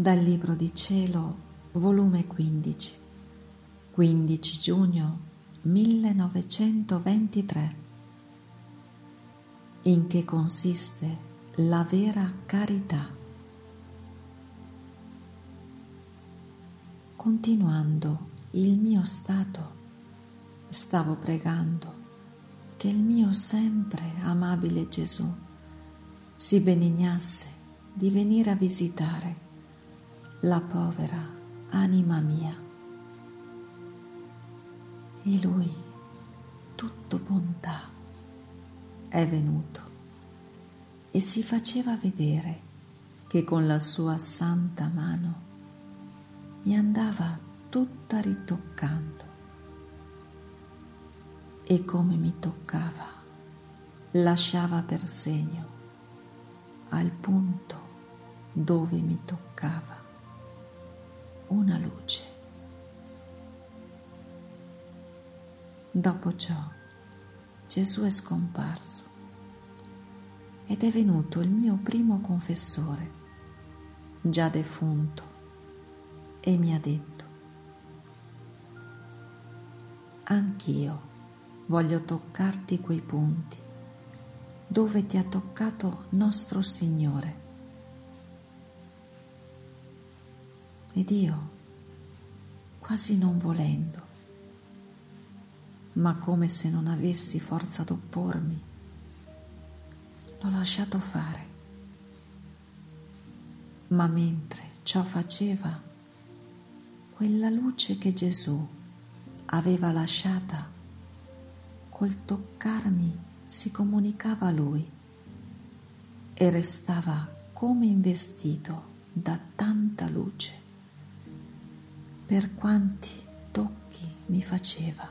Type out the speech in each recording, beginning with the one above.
Dal Libro di Cielo, volume 15, 15 giugno 1923. In che consiste la vera carità? Continuando il mio stato, stavo pregando che il mio sempre amabile Gesù si benignasse di venire a visitare la povera anima mia. E Lui, tutto bontà, è venuto e si faceva vedere che con la sua santa mano mi andava tutta ritoccando, e come mi toccava lasciava per segno al punto dove mi toccava una luce. Dopo ciò Gesù è scomparso ed è venuto il mio primo confessore, già defunto, e mi ha detto: anch'io voglio toccarti quei punti dove ti ha toccato nostro Signore. Ed io, quasi non volendo, ma come se non avessi forza d'oppormi, l'ho lasciato fare. Ma mentre ciò faceva, quella luce che Gesù aveva lasciata, col toccarmi si comunicava a Lui e restava come investito da tanta luce, per quanti tocchi mi faceva,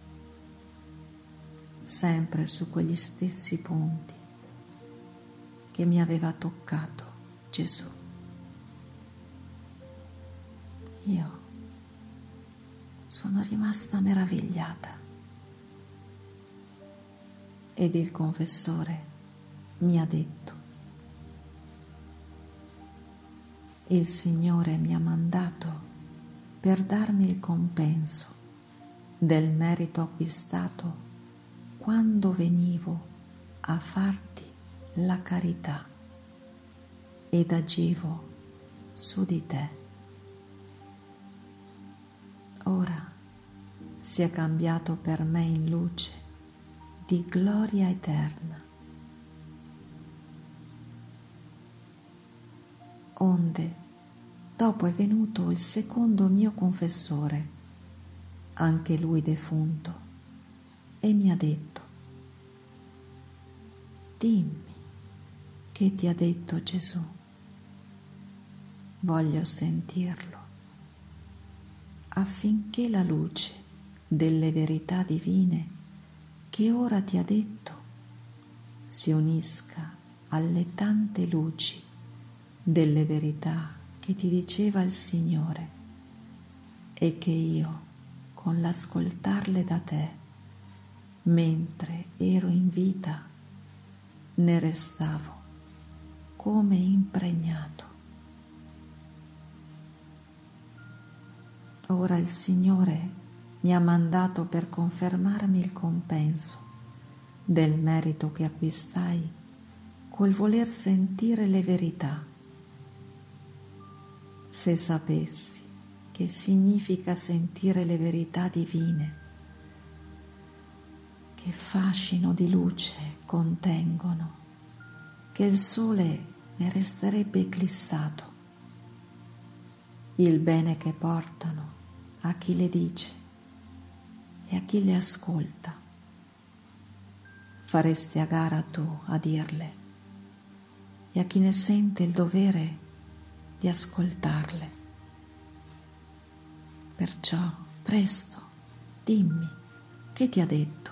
sempre su quegli stessi punti che mi aveva toccato Gesù. Io sono rimasta meravigliata ed il confessore mi ha detto: il Signore mi ha mandato per darmi il compenso del merito acquistato quando venivo a farti la carità ed agivo su di te. Ora si è cambiato per me in luce di gloria eterna, onde dopo è venuto il secondo mio confessore, anche lui defunto, e mi ha detto: dimmi che ti ha detto Gesù, voglio sentirlo, affinché la luce delle verità divine che ora ti ha detto si unisca alle tante luci delle verità che ti diceva il Signore e che io, con l'ascoltarle da te, mentre ero in vita, ne restavo come impregnato. Ora il Signore mi ha mandato per confermarmi il compenso del merito che acquistai col voler sentire le verità. Se sapessi che significa sentire le verità divine, che fascino di luce contengono, che il sole ne resterebbe eclissato, il bene che portano a chi le dice e a chi le ascolta, faresti a gara tu a dirle e a chi ne sente il dovere di ascoltarle. Perciò presto dimmi che ti ha detto.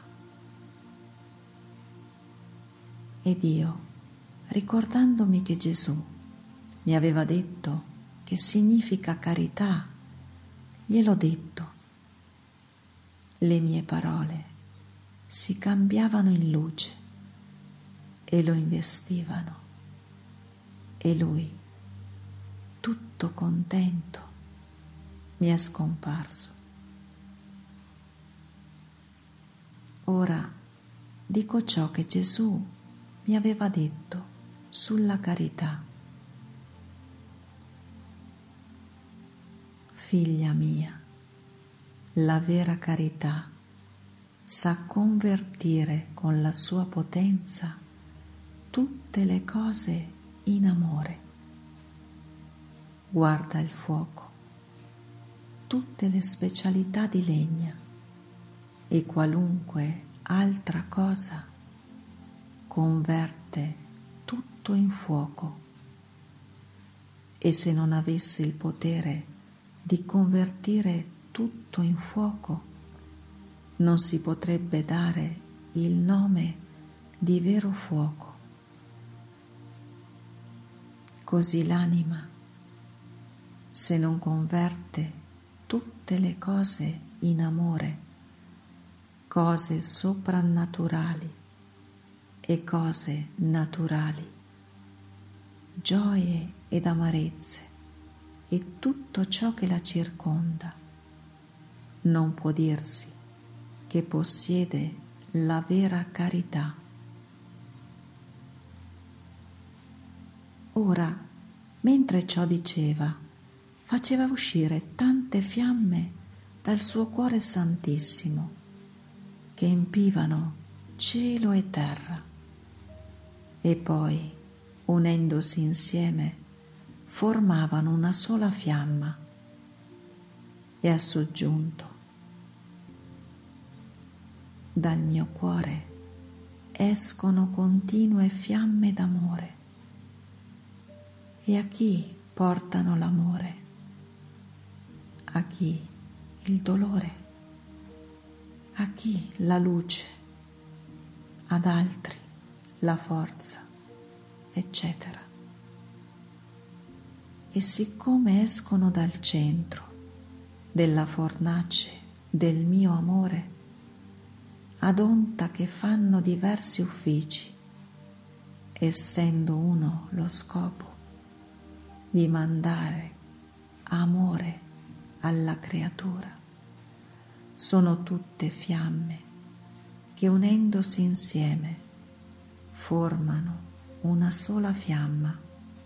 Ed io, ricordandomi che Gesù mi aveva detto che significa carità, gliel'ho detto. Le mie parole si cambiavano in luce e lo investivano, e lui tutto contento, mi è scomparso. Ora dico ciò che Gesù mi aveva detto sulla carità. Figlia mia, la vera carità sa convertire con la sua potenza tutte le cose in amore. Guarda il fuoco, tutte le specialità di legna e qualunque altra cosa converte tutto in fuoco. E se non avesse il potere di convertire tutto in fuoco, non si potrebbe dare il nome di vero fuoco. Così l'anima, se non converte tutte le cose in amore, cose soprannaturali e cose naturali, gioie ed amarezze e tutto ciò che la circonda, non può dirsi che possiede la vera carità. Ora, mentre ciò diceva, faceva uscire tante fiamme dal suo cuore santissimo che empivano cielo e terra e poi, unendosi insieme, formavano una sola fiamma. E ha soggiunto: dal mio cuore escono continue fiamme d'amore. E a chi portano l'amore? A chi il dolore? A chi la luce? Ad altri la forza, eccetera. E siccome escono dal centro della fornace del mio amore, ad onta che fanno diversi uffici, essendo uno lo scopo di mandare amore alla creatura, sono tutte fiamme che unendosi insieme formano una sola fiamma.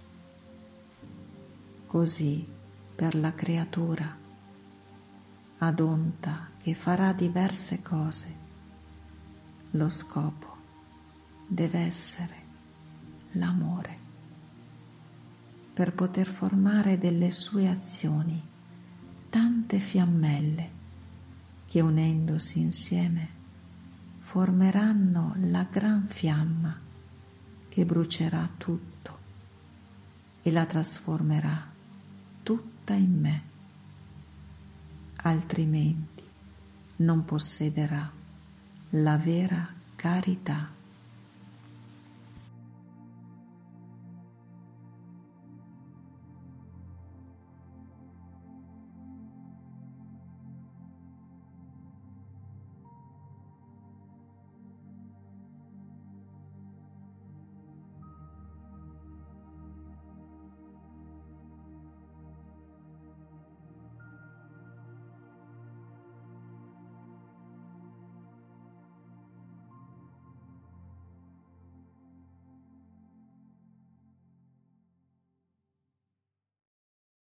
Così per la creatura, ad onta che farà diverse cose, lo scopo deve essere l'amore, per poter formare delle sue azioni tante fiammelle che unendosi insieme formeranno la gran fiamma che brucerà tutto e la trasformerà tutta in me, altrimenti non possederà la vera carità.